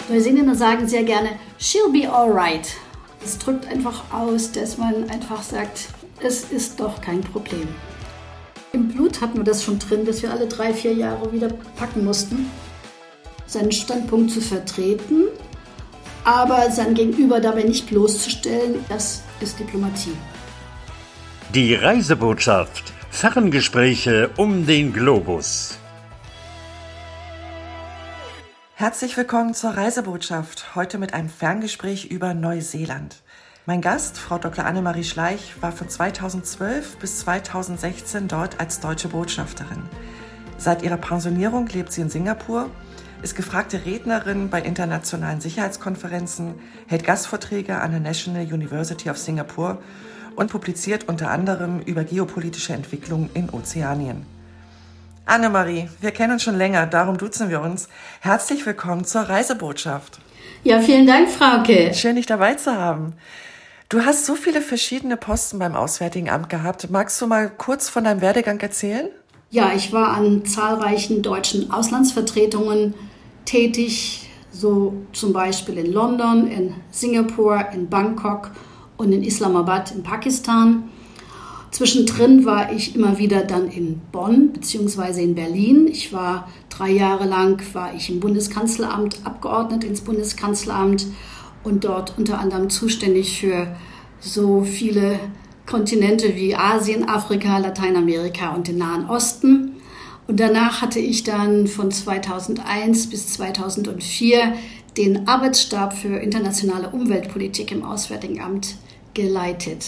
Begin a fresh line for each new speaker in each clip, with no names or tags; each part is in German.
Neuseeländer sagen sehr gerne, she'll be alright. Das drückt einfach aus, dass man einfach sagt, es ist doch kein Problem. Im Blut hatten wir das schon drin, dass wir alle 3-4 Jahre wieder packen mussten, seinen Standpunkt zu vertreten, aber sein Gegenüber dabei nicht bloßzustellen, das ist Diplomatie.
Die Reisebotschaft. Ferngespräche um den Globus.
Herzlich willkommen zur Reisebotschaft, heute mit einem Ferngespräch über Neuseeland. Mein Gast, Frau Dr. Annemarie Schleich, war von 2012 bis 2016 dort als deutsche Botschafterin. Seit ihrer Pensionierung lebt sie in Singapur, ist gefragte Rednerin bei internationalen Sicherheitskonferenzen, hält Gastvorträge an der National University of Singapore und publiziert unter anderem über geopolitische Entwicklungen in Ozeanien. Annemarie, wir kennen uns schon länger, darum duzen wir uns. Herzlich willkommen zur Reisebotschaft.
Ja, vielen Dank, Frauke.
Schön, dich dabei zu haben. Du hast so viele verschiedene Posten beim Auswärtigen Amt gehabt. Magst du mal kurz von deinem Werdegang erzählen?
Ja, ich war an zahlreichen deutschen Auslandsvertretungen tätig, so zum Beispiel in London, in Singapur, in Bangkok und in Islamabad in Pakistan. Zwischendrin war ich immer wieder dann in Bonn bzw. in Berlin. Ich war 3 Jahre lang im Bundeskanzleramt, abgeordnet ins Bundeskanzleramt und dort unter anderem zuständig für so viele Kontinente wie Asien, Afrika, Lateinamerika und den Nahen Osten. Und danach hatte ich dann von 2001 bis 2004 den Arbeitsstab für internationale Umweltpolitik im Auswärtigen Amt geleitet.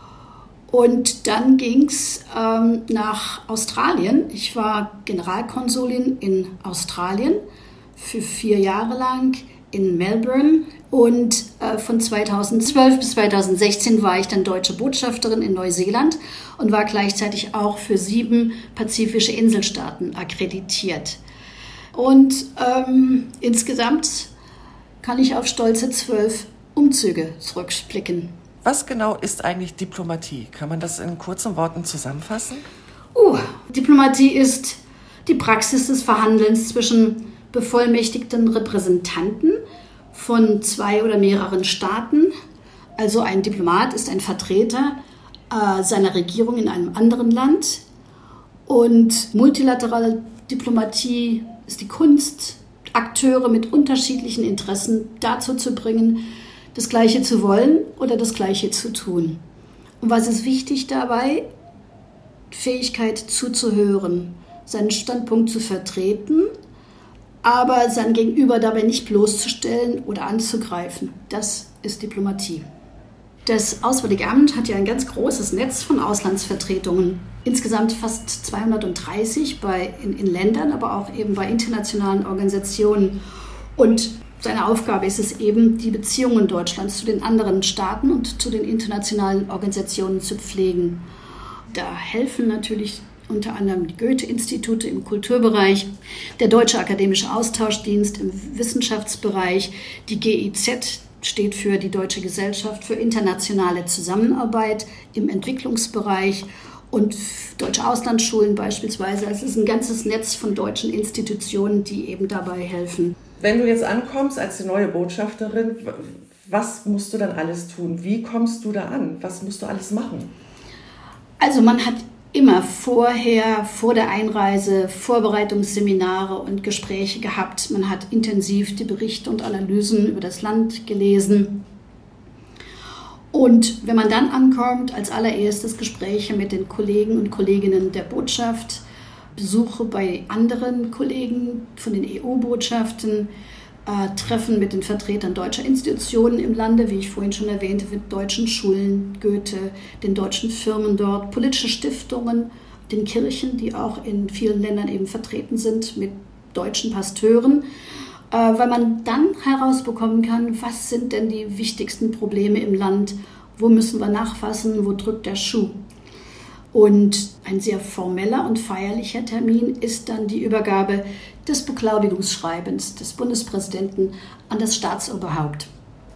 Und dann ging es nach Australien. Ich war Generalkonsulin in Australien für 4 Jahre lang in Melbourne. Und von 2012 bis 2016 war ich dann deutsche Botschafterin in Neuseeland und war gleichzeitig auch für 7 pazifische Inselstaaten akkreditiert. Und insgesamt kann ich auf stolze 12 Umzüge zurückblicken.
Was genau ist eigentlich Diplomatie? Kann man das in kurzen Worten zusammenfassen?
Diplomatie ist die Praxis des Verhandelns zwischen bevollmächtigten Repräsentanten von 2 oder mehreren Staaten. Also ein Diplomat ist ein Vertreter seiner Regierung in einem anderen Land. Und multilaterale Diplomatie ist die Kunst, Akteure mit unterschiedlichen Interessen dazu zu bringen, das Gleiche zu wollen oder das Gleiche zu tun. Und was ist wichtig dabei? Fähigkeit zuzuhören, seinen Standpunkt zu vertreten, aber sein Gegenüber dabei nicht bloßzustellen oder anzugreifen. Das ist Diplomatie. Das Auswärtige Amt hat ja ein ganz großes Netz von Auslandsvertretungen. Insgesamt fast 230 in Ländern, aber auch eben bei internationalen Organisationen. Und seine Aufgabe ist es eben, die Beziehungen Deutschlands zu den anderen Staaten und zu den internationalen Organisationen zu pflegen. Da helfen natürlich unter anderem die Goethe-Institute im Kulturbereich, der Deutsche Akademische Austauschdienst im Wissenschaftsbereich, die GIZ steht für die Deutsche Gesellschaft für internationale Zusammenarbeit im Entwicklungsbereich und deutsche Auslandsschulen beispielsweise. Es ist ein ganzes Netz von deutschen Institutionen, die eben dabei helfen.
Wenn du jetzt ankommst als die neue Botschafterin, was musst du dann alles tun? Wie kommst du da an? Was musst du alles machen?
Also man hat immer vor der Einreise Vorbereitungsseminare und Gespräche gehabt. Man hat intensiv die Berichte und Analysen über das Land gelesen. Und wenn man dann ankommt, als allererstes Gespräche mit den Kollegen und Kolleginnen der Botschaft, Besuche bei anderen Kollegen von den EU-Botschaften, Treffen mit den Vertretern deutscher Institutionen im Lande, wie ich vorhin schon erwähnte, mit deutschen Schulen, Goethe, den deutschen Firmen dort, politische Stiftungen, den Kirchen, die auch in vielen Ländern eben vertreten sind, mit deutschen Pasteuren, weil man dann herausbekommen kann, was sind denn die wichtigsten Probleme im Land, wo müssen wir nachfassen, wo drückt der Schuh. Und ein sehr formeller und feierlicher Termin ist dann die Übergabe des Beglaubigungsschreibens des Bundespräsidenten an das Staatsoberhaupt.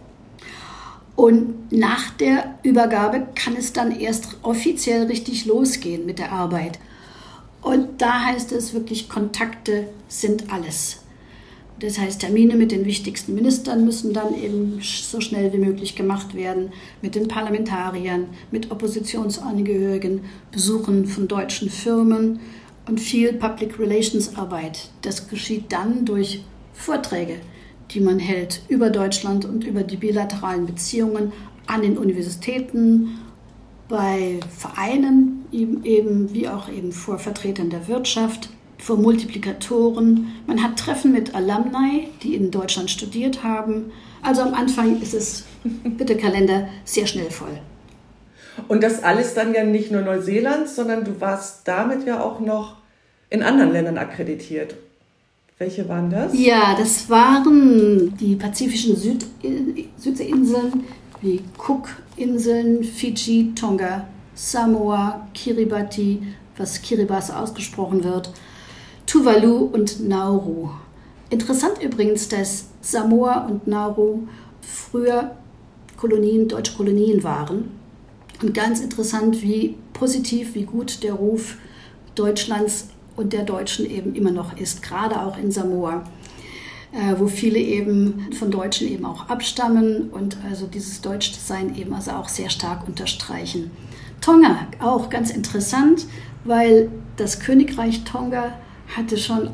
Und nach der Übergabe kann es dann erst offiziell richtig losgehen mit der Arbeit. Und da heißt es wirklich, Kontakte sind alles. Das heißt, Termine mit den wichtigsten Ministern müssen dann eben so schnell wie möglich gemacht werden, mit den Parlamentariern, mit Oppositionsangehörigen, Besuchen von deutschen Firmen und viel Public Relations Arbeit. Das geschieht dann durch Vorträge, die man hält über Deutschland und über die bilateralen Beziehungen an den Universitäten, bei Vereinen, eben wie auch eben vor Vertretern der Wirtschaft, vor Multiplikatoren. Man hat Treffen mit Alumni, die in Deutschland studiert haben. Also am Anfang ist es, bitte Kalender, sehr schnell voll.
Und das alles dann ja nicht nur Neuseeland, sondern du warst damit ja auch noch in anderen Ländern akkreditiert. Welche waren das?
Ja, das waren die pazifischen Südseeinseln wie Cook-Inseln, Fidschi, Tonga, Samoa, Kiribati, was Kiribati ausgesprochen wird, Tuvalu und Nauru. Interessant übrigens, dass Samoa und Nauru früher deutsche Kolonien waren. Und ganz interessant, wie positiv, wie gut der Ruf Deutschlands und der Deutschen eben immer noch ist, gerade auch in Samoa, wo viele eben von Deutschen eben auch abstammen und also dieses Deutschsein eben also auch sehr stark unterstreichen. Tonga, auch ganz interessant, weil das Königreich Tonga hatte schon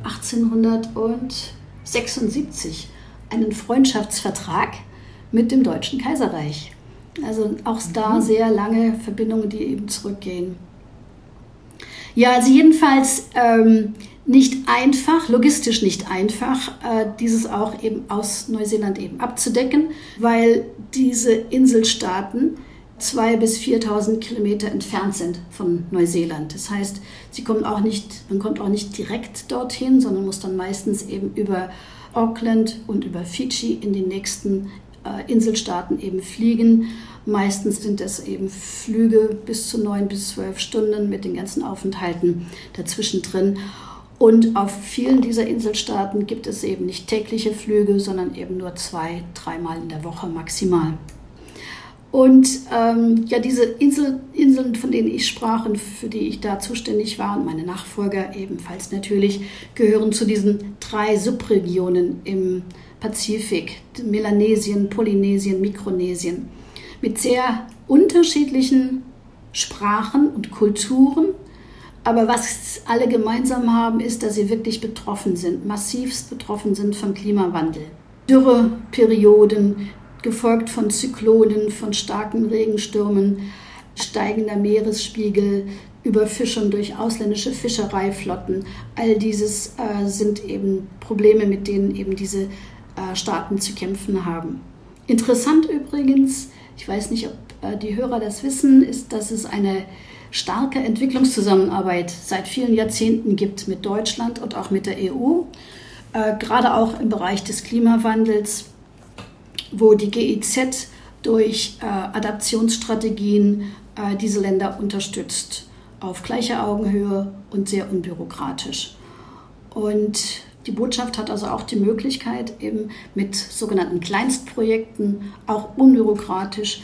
1876 einen Freundschaftsvertrag mit dem Deutschen Kaiserreich. Also auch da sehr lange Verbindungen, die eben zurückgehen. Ja, also jedenfalls nicht einfach, logistisch nicht einfach, dieses auch eben aus Neuseeland eben abzudecken, weil diese Inselstaaten 2.000 bis 4.000 Kilometer entfernt sind von Neuseeland. Das heißt, man kommt auch nicht direkt dorthin, sondern muss dann meistens eben über Auckland und über Fidschi in den nächsten Inselstaaten eben fliegen. Meistens sind es eben Flüge bis zu 9 bis 12 Stunden mit den ganzen Aufenthalten dazwischen drin. Und auf vielen dieser Inselstaaten gibt es eben nicht tägliche Flüge, sondern eben nur 2-3 Mal in der Woche maximal. Und ja, diese Inseln, von denen ich sprach und für die ich da zuständig war und meine Nachfolger ebenfalls natürlich, gehören zu diesen 3 Subregionen im Pazifik, Melanesien, Polynesien, Mikronesien, mit sehr unterschiedlichen Sprachen und Kulturen. Aber was alle gemeinsam haben, ist, dass sie wirklich betroffen sind, massivst betroffen sind vom Klimawandel. Dürreperioden, gefolgt von Zyklonen, von starken Regenstürmen, steigender Meeresspiegel, Überfischung durch ausländische Fischereiflotten. All dieses sind eben Probleme, mit denen eben diese Staaten zu kämpfen haben. Interessant übrigens, ich weiß nicht, ob die Hörer das wissen, ist, dass es eine starke Entwicklungszusammenarbeit seit vielen Jahrzehnten gibt mit Deutschland und auch mit der EU, gerade auch im Bereich des Klimawandels, wo die GIZ durch Adaptionsstrategien diese Länder unterstützt, auf gleicher Augenhöhe und sehr unbürokratisch. Und die Botschaft hat also auch die Möglichkeit, eben mit sogenannten Kleinstprojekten auch unbürokratisch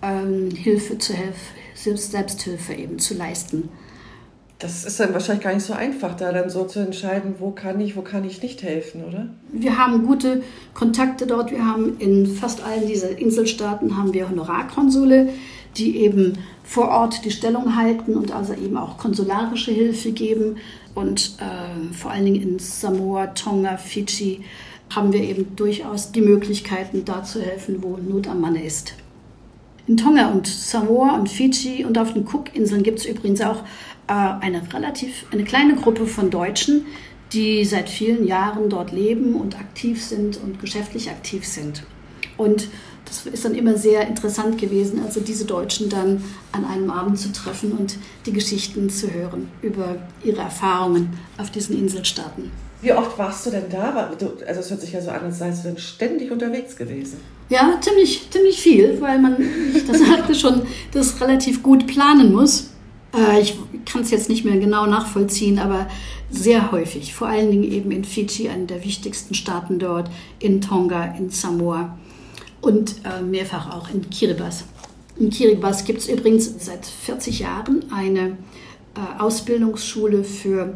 Selbsthilfe eben zu leisten.
Das ist dann wahrscheinlich gar nicht so einfach, da dann so zu entscheiden, wo kann ich nicht helfen, oder?
Wir haben gute Kontakte dort. Wir haben in fast allen dieser Inselstaaten haben wir Honorarkonsule, die eben vor Ort die Stellung halten und also eben auch konsularische Hilfe geben. Und vor allen Dingen in Samoa, Tonga, Fidschi haben wir eben durchaus die Möglichkeiten, da zu helfen, wo Not am Manne ist. In Tonga und Samoa und Fidschi und auf den Cook-Inseln gibt es übrigens auch eine kleine Gruppe von Deutschen, die seit vielen Jahren dort leben und aktiv sind und geschäftlich aktiv sind. Und das ist dann immer sehr interessant gewesen, also diese Deutschen dann an einem Abend zu treffen und die Geschichten zu hören über ihre Erfahrungen auf diesen Inselstaaten.
Wie oft warst du denn da? Also es hört sich ja so an, als seist du dann ständig unterwegs gewesen.
Ja, ziemlich viel, weil man, wie ich das sagte, schon das relativ gut planen muss. Ich kann es jetzt nicht mehr genau nachvollziehen, aber sehr häufig. Vor allen Dingen eben in Fidschi, einem der wichtigsten Staaten dort, in Tonga, in Samoa und mehrfach auch in Kiribati. In Kiribati gibt es übrigens seit 40 Jahren eine Ausbildungsschule für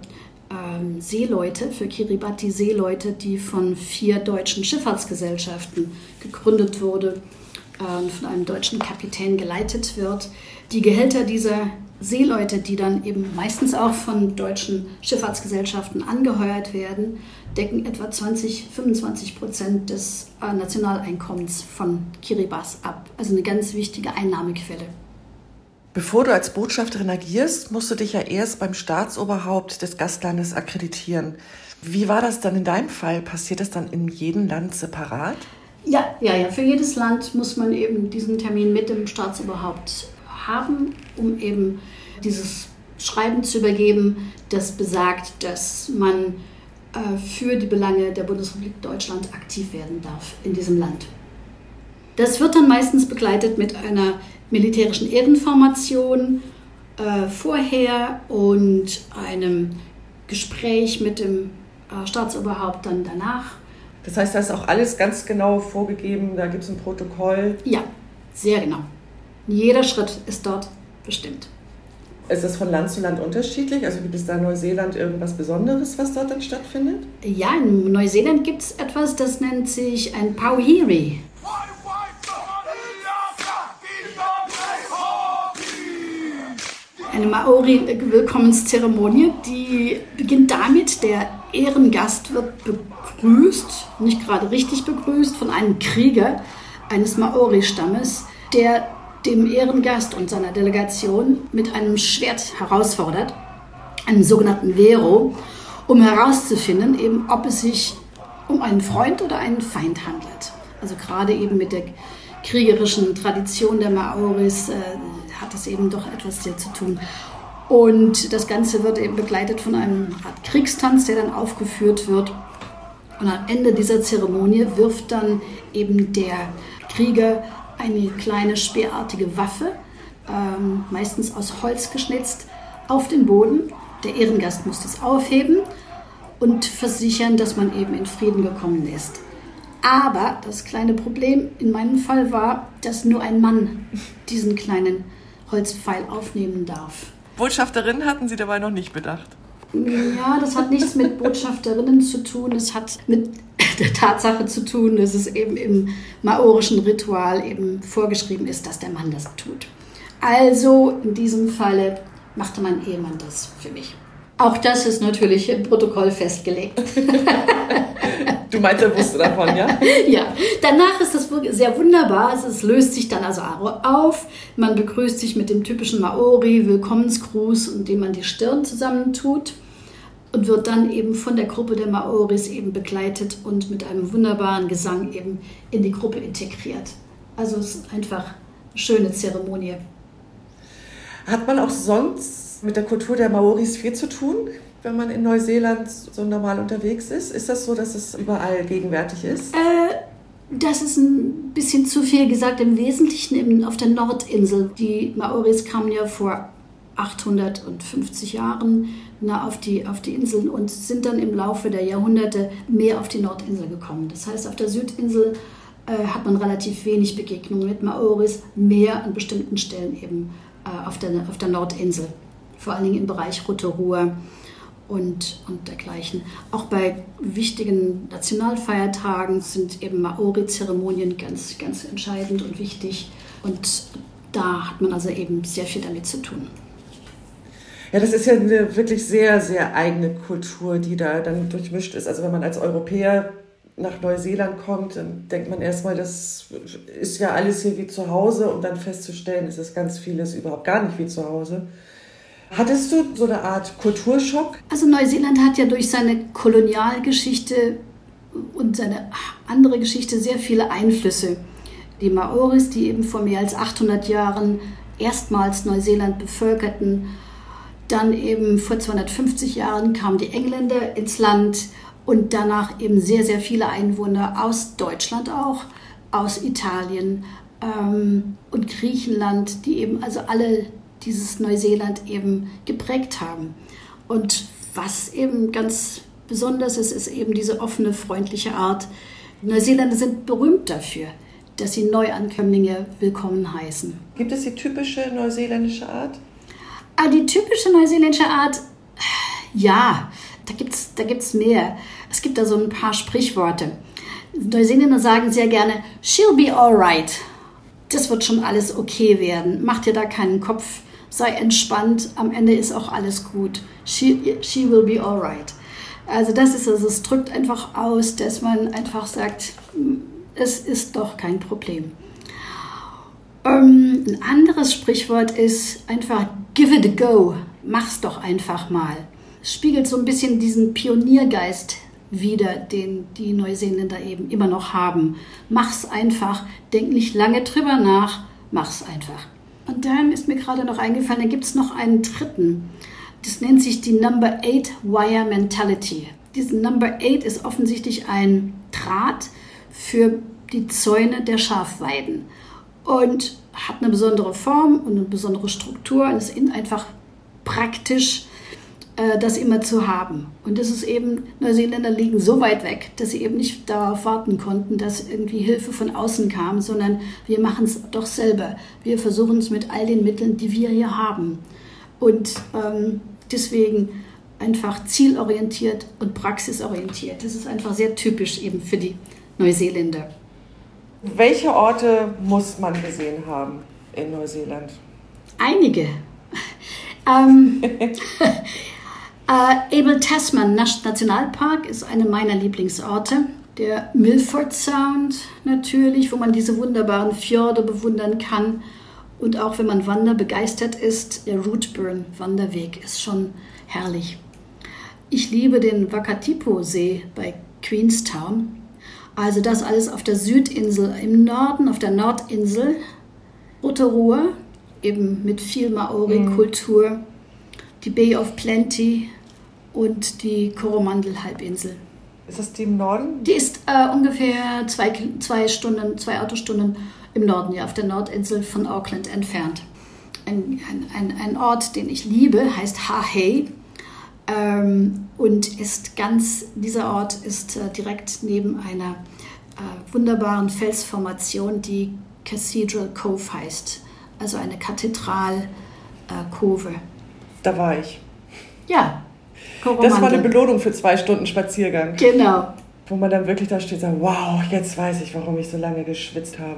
Seeleute, für Kiribati Seeleute, die von 4 deutschen Schifffahrtsgesellschaften gegründet wurde, von einem deutschen Kapitän geleitet wird. Die Gehälter dieser Seeleute, die dann eben meistens auch von deutschen Schifffahrtsgesellschaften angeheuert werden, decken etwa 20-25% des Nationaleinkommens von Kiribati ab. Also eine ganz wichtige Einnahmequelle.
Bevor du als Botschafterin agierst, musst du dich ja erst beim Staatsoberhaupt des Gastlandes akkreditieren. Wie war das dann in deinem Fall? Passiert das dann in jedem Land separat?
Ja. Für jedes Land muss man eben diesen Termin mit dem Staatsoberhaupt haben, um eben dieses Schreiben zu übergeben, das besagt, dass man für die Belange der Bundesrepublik Deutschland aktiv werden darf in diesem Land. Das wird dann meistens begleitet mit einer militärischen Ehrenformation vorher und einem Gespräch mit dem Staatsoberhaupt dann danach.
Das heißt, da ist auch alles ganz genau vorgegeben, da gibt es ein Protokoll?
Ja, sehr genau. Jeder Schritt ist dort bestimmt.
Ist das von Land zu Land unterschiedlich? Also gibt es da in Neuseeland irgendwas Besonderes, was dort dann stattfindet?
Ja, in Neuseeland gibt es etwas, das nennt sich ein Pauhiri. Eine Maori-Willkommenszeremonie, die beginnt damit, der Ehrengast wird begrüßt, nicht gerade richtig begrüßt, von einem Krieger eines Maori-Stammes, der dem Ehrengast und seiner Delegation mit einem Schwert herausfordert, einem sogenannten Vero, um herauszufinden, eben, ob es sich um einen Freund oder einen Feind handelt. Also gerade eben mit der kriegerischen Tradition der Maoris hat das eben doch etwas sehr zu tun. Und das Ganze wird eben begleitet von einem Art Kriegstanz, der dann aufgeführt wird. Und am Ende dieser Zeremonie wirft dann eben der Krieger eine kleine speerartige Waffe, meistens aus Holz geschnitzt, auf den Boden. Der Ehrengast muss das aufheben und versichern, dass man eben in Frieden gekommen ist. Aber das kleine Problem in meinem Fall war, dass nur ein Mann diesen kleinen Holzpfeil aufnehmen darf.
Botschafterinnen hatten Sie dabei noch nicht bedacht?
Ja, das hat nichts mit Botschafterinnen zu tun. Es hat mit der Tatsache zu tun, dass es eben im maorischen Ritual eben vorgeschrieben ist, dass der Mann das tut. Also in diesem Falle machte mein Ehemann das für mich. Auch das ist natürlich im Protokoll festgelegt.
Du meinst, er wusste davon, ja?
Ja, danach ist das sehr wunderbar. Es löst sich dann also auf. Man begrüßt sich mit dem typischen Maori-Willkommensgruß, indem man die Stirn zusammentut und wird dann eben von der Gruppe der Maoris eben begleitet und mit einem wunderbaren Gesang eben in die Gruppe integriert. Also es ist einfach eine schöne Zeremonie.
Hat man auch sonst mit der Kultur der Maoris viel zu tun, wenn man in Neuseeland so normal unterwegs ist? Ist das so, dass es überall gegenwärtig ist?
Das ist ein bisschen zu viel gesagt. Im Wesentlichen auf der Nordinsel. Die Maoris kamen ja vor 850 Jahren auf die Inseln und sind dann im Laufe der Jahrhunderte mehr auf die Nordinsel gekommen. Das heißt, auf der Südinsel hat man relativ wenig Begegnungen mit Maoris, mehr an bestimmten Stellen eben auf der Nordinsel. Vor allen Dingen im Bereich Rotorua und dergleichen. Auch bei wichtigen Nationalfeiertagen sind eben Maori-Zeremonien ganz, ganz entscheidend und wichtig. Und da hat man also eben sehr viel damit zu tun.
Ja, das ist ja eine wirklich sehr, sehr eigene Kultur, die da dann durchmischt ist. Also wenn man als Europäer nach Neuseeland kommt, dann denkt man erstmal, das ist ja alles hier wie zu Hause, um dann festzustellen, es ist ganz vieles überhaupt gar nicht wie zu Hause. Hattest du so eine Art Kulturschock?
Also Neuseeland hat ja durch seine Kolonialgeschichte und seine andere Geschichte sehr viele Einflüsse. Die Maoris, die eben vor mehr als 800 Jahren erstmals Neuseeland bevölkerten, dann eben vor 250 Jahren kamen die Engländer ins Land und danach eben sehr, sehr viele Einwohner aus Deutschland auch, aus Italien und Griechenland, die eben also alle dieses Neuseeland eben geprägt haben. Und was eben ganz besonders ist, ist eben diese offene, freundliche Art. Neuseeländer sind berühmt dafür, dass sie Neuankömmlinge willkommen heißen.
Gibt es die typische neuseeländische Art?
Die typische neuseeländische Art, ja. Da gibt's mehr. Es gibt da so ein paar Sprichworte. Neuseeländer sagen sehr gerne, she'll be alright. Das wird schon alles okay werden. Mach dir da keinen Kopf. Sei entspannt. Am Ende ist auch alles gut. She will be alright. Also es drückt einfach aus, dass man einfach sagt, es ist doch kein Problem. Ein anderes Sprichwort ist einfach give it a go. Mach's doch einfach mal. Es spiegelt so ein bisschen diesen Pioniergeist wider, den die Neuseeländer eben immer noch haben. Mach's einfach, denk nicht lange drüber nach, mach's einfach. Und dann ist mir gerade noch eingefallen, da gibt es noch einen dritten. Das nennt sich die Number 8 Wire Mentality. Diese Number 8 ist offensichtlich ein Draht für die Zäune der Schafweiden und hat eine besondere Form und eine besondere Struktur und ist einfach praktisch, das immer zu haben. Und das ist eben, Neuseeländer liegen so weit weg, dass sie eben nicht darauf warten konnten, dass irgendwie Hilfe von außen kam, sondern wir machen es doch selber. Wir versuchen es mit all den Mitteln, die wir hier haben. Und deswegen einfach zielorientiert und praxisorientiert. Das ist einfach sehr typisch eben für die Neuseeländer.
Welche Orte muss man gesehen haben in Neuseeland?
Einige. Abel Tasman Nationalpark ist einer meiner Lieblingsorte. Der Milford Sound natürlich, wo man diese wunderbaren Fjorde bewundern kann. Und auch wenn man wanderbegeistert ist, der Routeburn-Wanderweg ist schon herrlich. Ich liebe den Wakatipo-See bei Queenstown. Also das alles auf der Südinsel, im Norden, auf der Nordinsel. Rotorua, eben mit viel Maori-Kultur. Die Bay of Plenty und die Coromandel-Halbinsel.
Ist das die im Norden?
Die ist ungefähr zwei Autostunden im Norden, ja, auf der Nordinsel von Auckland entfernt. Ein Ort, den ich liebe, heißt Hahei und dieser Ort ist direkt neben einer wunderbaren Felsformation, die Cathedral Cove heißt, also eine Kathedralkurve.
Da war ich.
Ja,
Coromandel. Das war eine Belohnung für 2 Stunden Spaziergang.
Genau.
Wo man dann wirklich da steht und sagt, wow, jetzt weiß ich, warum ich so lange geschwitzt habe.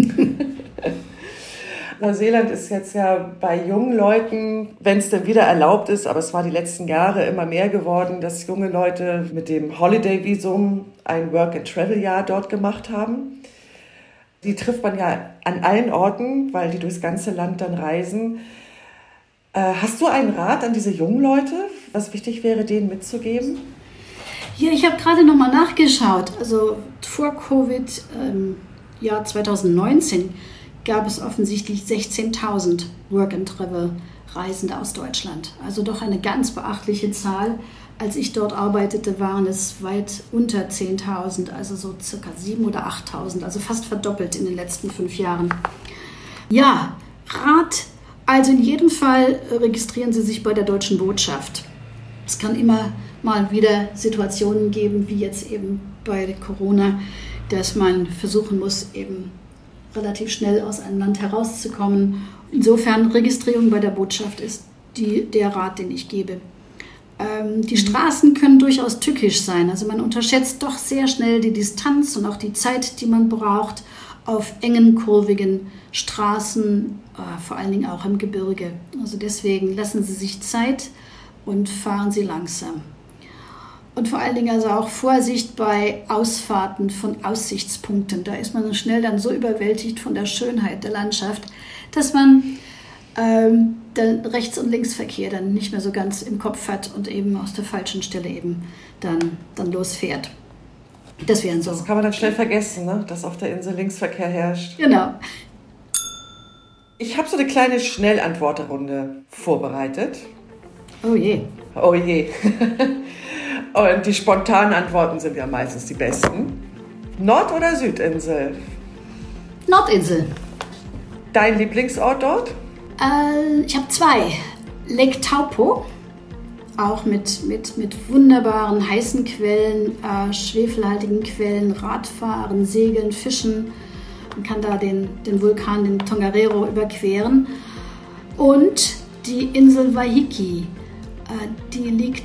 Neuseeland ist jetzt ja bei jungen Leuten, wenn es denn wieder erlaubt ist, aber es war die letzten Jahre immer mehr geworden, dass junge Leute mit dem Holiday-Visum ein Work-and-Travel-Jahr dort gemacht haben. Die trifft man ja an allen Orten, weil die durchs ganze Land dann reisen. Hast du einen Rat an diese jungen Leute, was wichtig wäre, denen mitzugeben?
Ja, ich habe gerade nochmal nachgeschaut. Also vor Covid, im Jahr 2019, gab es offensichtlich 16.000 Work-and-Travel-Reisende aus Deutschland. Also doch eine ganz beachtliche Zahl. Als ich dort arbeitete, waren es weit unter 10.000, also so circa 7.000 oder 8.000, also fast verdoppelt in den letzten 5 Jahren. Ja, Rat. Also in jedem Fall registrieren Sie sich bei der Deutschen Botschaft. Es kann immer mal wieder Situationen geben, wie jetzt eben bei Corona, dass man versuchen muss, eben relativ schnell aus einem Land herauszukommen. Insofern Registrierung bei der Botschaft ist der Rat, den ich gebe. Die Straßen können durchaus tückisch sein. Also man unterschätzt doch sehr schnell die Distanz und auch die Zeit, die man braucht auf engen, kurvigen Straßen, vor allen Dingen auch im Gebirge. Also deswegen lassen Sie sich Zeit und fahren Sie langsam. Und vor allen Dingen also auch Vorsicht bei Ausfahrten von Aussichtspunkten. Da ist man schnell dann so überwältigt von der Schönheit der Landschaft, dass man den Rechts- und Linksverkehr dann nicht mehr so ganz im Kopf hat und eben aus der falschen Stelle eben dann losfährt. Das wären so.
Das kann man dann schnell vergessen, ne? Dass auf der Insel Linksverkehr herrscht.
Genau.
Ich habe so eine kleine Schnellantworterrunde vorbereitet.
Oh je.
Oh je. Und die spontanen Antworten sind ja meistens die besten. Nord- oder Südinsel?
Nordinsel.
Dein Lieblingsort dort?
Ich habe 2. Lake Taupo, auch mit wunderbaren heißen Quellen, schwefelhaltigen Quellen, Radfahren, Segeln, Fischen. Man kann da den Vulkan, den Tongariro, überqueren. Und die Insel Waiheke, die liegt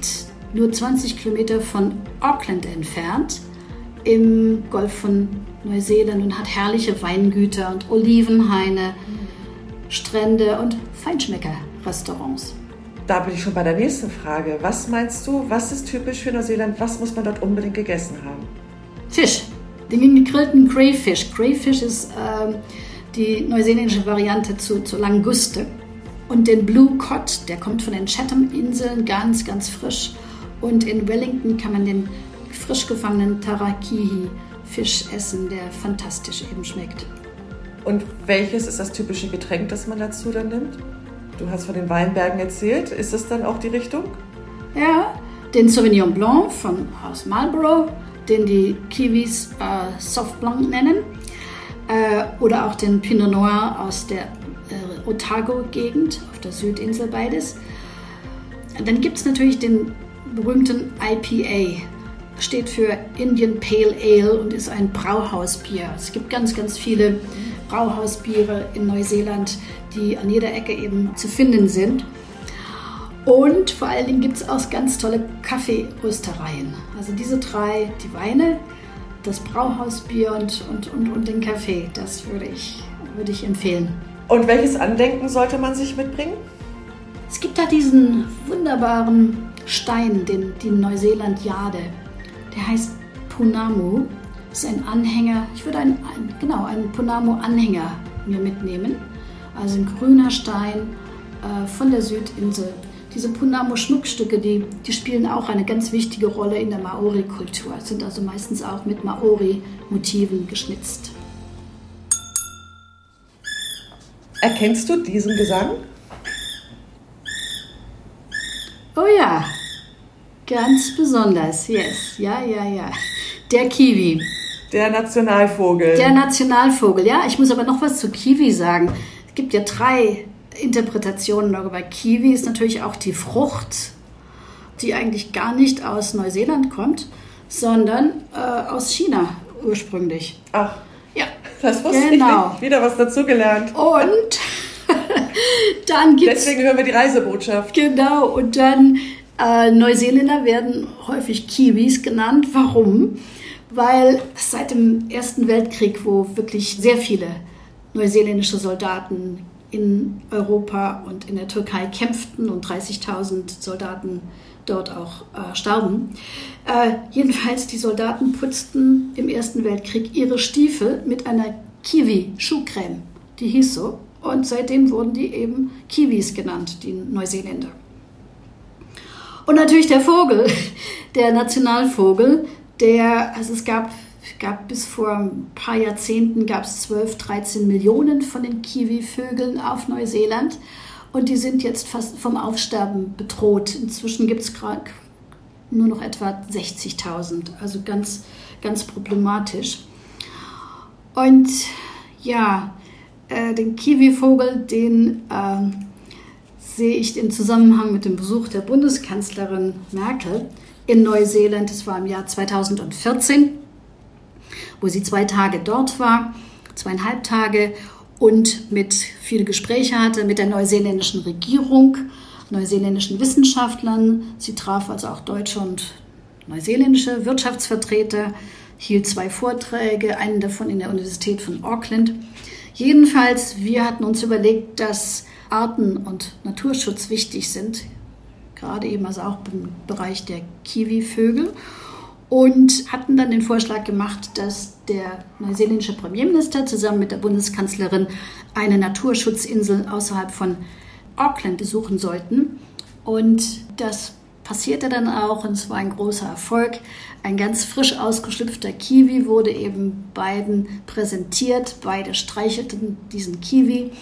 nur 20 Kilometer von Auckland entfernt, im Golf von Neuseeland und hat herrliche Weingüter und Olivenhaine, Strände und Feinschmecker-Restaurants.
Da bin ich schon bei der nächsten Frage. Was meinst du, was ist typisch für Neuseeland? Was muss man dort unbedingt gegessen haben?
Fisch, den gegrillten Crayfish. Crayfish ist die neuseeländische Variante zu Languste. Und den Blue Cod, der kommt von den Chatham-Inseln, ganz, ganz frisch. Und in Wellington kann man den frisch gefangenen Tarakihi-Fisch essen, der fantastisch eben schmeckt.
Und welches ist das typische Getränk, das man dazu dann nimmt? Du hast von den Weinbergen erzählt. Ist das dann auch die Richtung?
Ja, den Sauvignon Blanc aus Marlborough, den die Kiwis Soft Blanc nennen. Oder auch den Pinot Noir aus der Otago-Gegend, auf der Südinsel beides. Dann gibt es natürlich den berühmten IPA. Steht für Indian Pale Ale und ist ein Brauhausbier. Es gibt ganz, ganz viele Brauhausbiere in Neuseeland, die an jeder Ecke eben zu finden sind. Und vor allen Dingen gibt es auch ganz tolle Kaffeeröstereien. Also diese drei, die Weine, das Brauhausbier und den Kaffee, das würde ich empfehlen.
Und welches Andenken sollte man sich mitbringen?
Es gibt da diesen wunderbaren Stein, die Neuseeland-Jade. Der heißt Pounamu. Das ist ein Anhänger. Ich würde einen Pounamu-Anhänger mir mitnehmen. Also ein grüner Stein von der Südinsel. Diese Pounamu-Schmuckstücke, die spielen auch eine ganz wichtige Rolle in der Maori-Kultur. Sind also meistens auch mit Maori-Motiven geschnitzt.
Erkennst du diesen Gesang?
Oh ja, ganz besonders, yes, ja. Der Kiwi.
Der Nationalvogel.
Der Nationalvogel, ja. Ich muss aber noch was zu Kiwi sagen. Es gibt ja 3 Interpretationen darüber. Kiwi ist natürlich auch die Frucht, die eigentlich gar nicht aus Neuseeland kommt, sondern aus China ursprünglich.
Ach,
ja,
das wusste ich nicht. Wieder was dazugelernt.
Und dann gibt's...
Deswegen hören wir die Reisebotschaft.
Genau, und dann Neuseeländer werden häufig Kiwis genannt. Warum? Weil seit dem Ersten Weltkrieg, wo wirklich sehr viele neuseeländische Soldaten in Europa und in der Türkei kämpften und 30.000 Soldaten dort auch starben. Jedenfalls, die Soldaten putzten im Ersten Weltkrieg ihre Stiefel mit einer Kiwi-Schuhcreme. Die hieß so. Und seitdem wurden die eben Kiwis genannt, die Neuseeländer. Und natürlich der Vogel, der Nationalvogel, es gab bis vor ein paar Jahrzehnten 12, 13 Millionen von den Kiwi-Vögeln auf Neuseeland. Und die sind jetzt fast vom Aussterben bedroht. Inzwischen gibt es gerade nur noch etwa 60.000, also ganz, ganz problematisch. Und ja, den Kiwi-Vogel, den sehe ich im Zusammenhang mit dem Besuch der Bundeskanzlerin Merkel in Neuseeland. Das war im Jahr 2014, wo sie 2 Tage dort war, 2,5 Tage, und mit viele Gespräche hatte mit der neuseeländischen Regierung, neuseeländischen Wissenschaftlern. Sie traf also auch deutsche und neuseeländische Wirtschaftsvertreter, hielt 2 Vorträge, einen davon in der Universität von Auckland. Jedenfalls, wir hatten uns überlegt, dass Arten- und Naturschutz wichtig sind, gerade eben also auch im Bereich der Kiwi-Vögel, und hatten dann den Vorschlag gemacht, dass der neuseeländische Premierminister zusammen mit der Bundeskanzlerin eine Naturschutzinsel außerhalb von Auckland besuchen sollten. Und das passierte dann auch, und es war ein großer Erfolg. Ein ganz frisch ausgeschlüpfter Kiwi wurde eben beiden präsentiert. Beide streichelten diesen Kiwi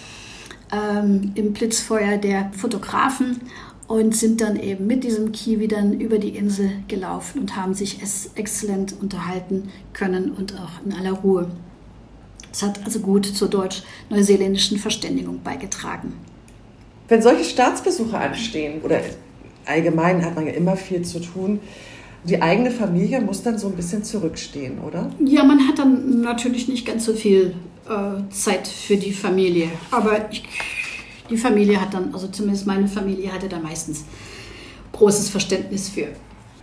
im Blitzfeuer der Fotografen und sind dann eben mit diesem Kiwi dann über die Insel gelaufen und haben sich exzellent unterhalten können und auch in aller Ruhe. Es hat also gut zur deutsch-neuseeländischen Verständigung beigetragen.
Wenn solche Staatsbesuche anstehen, oder allgemein hat man ja immer viel zu tun, die eigene Familie muss dann so ein bisschen zurückstehen, oder?
Ja, man hat dann natürlich nicht ganz so viel Zeit für die Familie. Aber die Familie hat dann, also zumindest meine Familie hatte da meistens großes Verständnis für.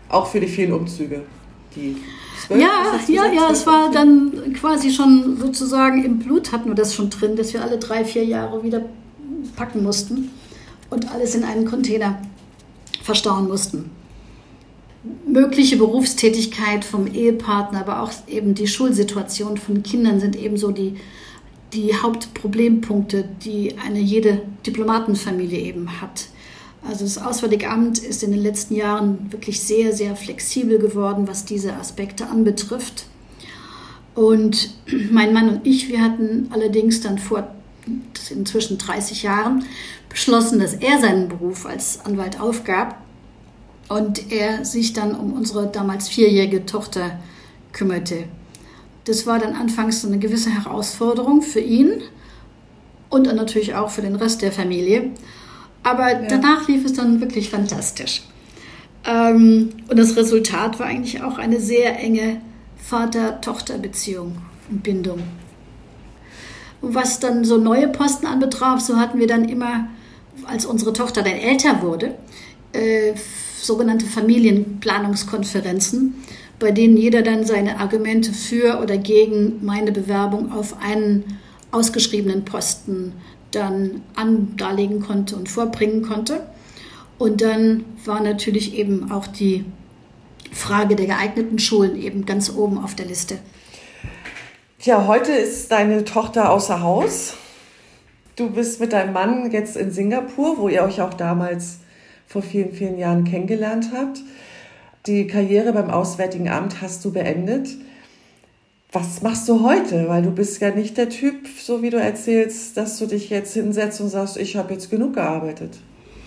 Auch für die vielen Umzüge. Die
12, ja, es war dann quasi schon sozusagen im Blut, hatten wir das schon drin, dass wir alle 3-4 Jahre wieder packen mussten und alles in einen Container verstauen mussten. Mögliche Berufstätigkeit vom Ehepartner, aber auch eben die Schulsituation von Kindern sind ebenso die Hauptproblempunkte, die jede Diplomatenfamilie eben hat. Also das Auswärtige Amt ist in den letzten Jahren wirklich sehr, sehr flexibel geworden, was diese Aspekte anbetrifft. Und mein Mann und ich, wir hatten allerdings dann vor inzwischen 30 Jahren beschlossen, dass er seinen Beruf als Anwalt aufgab und er sich dann um unsere damals 4-jährige Tochter kümmerte. Das war dann anfangs eine gewisse Herausforderung für ihn und dann natürlich auch für den Rest der Familie. Aber danach lief es dann wirklich fantastisch. Und das Resultat war eigentlich auch eine sehr enge Vater-Tochter-Beziehung und Bindung. Und was dann so neue Posten anbetraf, so hatten wir dann immer, als unsere Tochter dann älter wurde, sogenannte Familienplanungskonferenzen, bei denen jeder dann seine Argumente für oder gegen meine Bewerbung auf einen ausgeschriebenen Posten dann darlegen konnte und vorbringen konnte. Und dann war natürlich eben auch die Frage der geeigneten Schulen eben ganz oben auf der Liste.
Tja, heute ist deine Tochter außer Haus. Du bist mit deinem Mann jetzt in Singapur, wo ihr euch auch damals vor vielen, vielen Jahren kennengelernt habt. Die Karriere beim Auswärtigen Amt hast du beendet. Was machst du heute? Weil du bist ja nicht der Typ, so wie du erzählst, dass du dich jetzt hinsetzt und sagst, ich habe jetzt genug gearbeitet.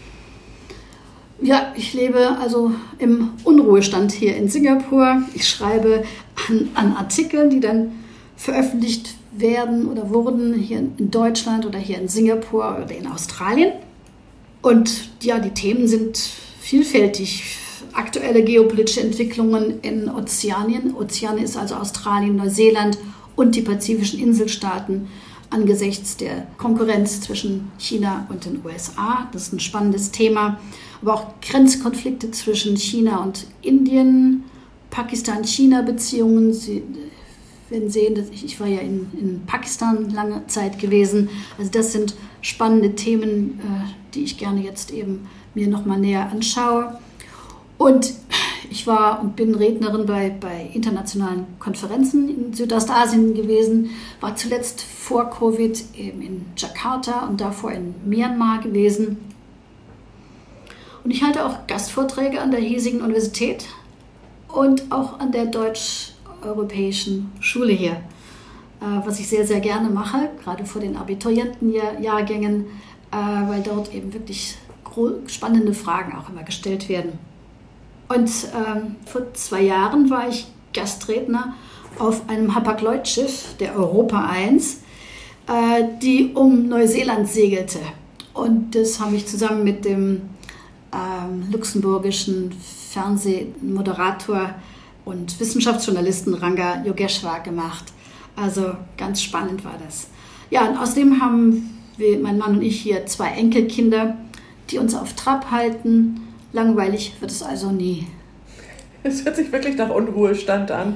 Ja, ich lebe also im Unruhestand hier in Singapur. Ich schreibe an Artikeln, die dann veröffentlicht werden oder wurden hier in Deutschland oder hier in Singapur oder in Australien. Und ja, die Themen sind vielfältig. Aktuelle geopolitische Entwicklungen in Ozeanien. Ozeanien ist also Australien, Neuseeland und die pazifischen Inselstaaten angesichts der Konkurrenz zwischen China und den USA. Das ist ein spannendes Thema. Aber auch Grenzkonflikte zwischen China und Indien, Pakistan-China-Beziehungen. Sie werden sehen, dass ich war ja in Pakistan lange Zeit gewesen. Also das sind spannende Themen, die ich gerne jetzt eben mir nochmal näher anschaue. Und ich war und bin Rednerin bei internationalen Konferenzen in Südostasien gewesen, war zuletzt vor Covid eben in Jakarta und davor in Myanmar gewesen. Und ich halte auch Gastvorträge an der hiesigen Universität und auch an der Deutsch-Europäischen Schule hier, was ich sehr, sehr gerne mache, gerade vor den Abiturientenjahrgängen, weil dort eben wirklich spannende Fragen auch immer gestellt werden. Und vor 2 Jahren war ich Gastredner auf einem Hapag-Lloyd-Schiff, der Europa 1, die um Neuseeland segelte. Und das habe ich zusammen mit dem luxemburgischen Fernsehmoderator und Wissenschaftsjournalisten Ranga Yogeshwar gemacht. Also ganz spannend war das. Ja, und außerdem haben mein Mann und ich hier 2 Enkelkinder, die uns auf Trab halten. Langweilig wird es also nie.
Es hört sich wirklich nach Unruhestand an.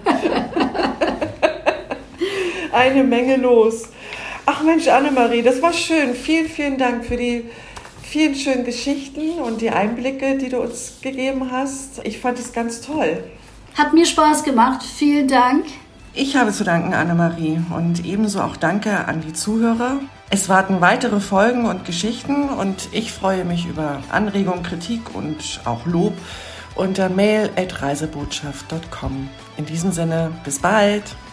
Eine Menge los. Ach Mensch, Annemarie, das war schön. Vielen, vielen Dank für die vielen schönen Geschichten und die Einblicke, die du uns gegeben hast. Ich fand es ganz toll.
Hat mir Spaß gemacht. Vielen Dank.
Ich habe zu danken, Annemarie, und ebenso auch Danke an die Zuhörer. Es warten weitere Folgen und Geschichten und ich freue mich über Anregungen, Kritik und auch Lob unter mail@reisebotschaft.com. In diesem Sinne, bis bald!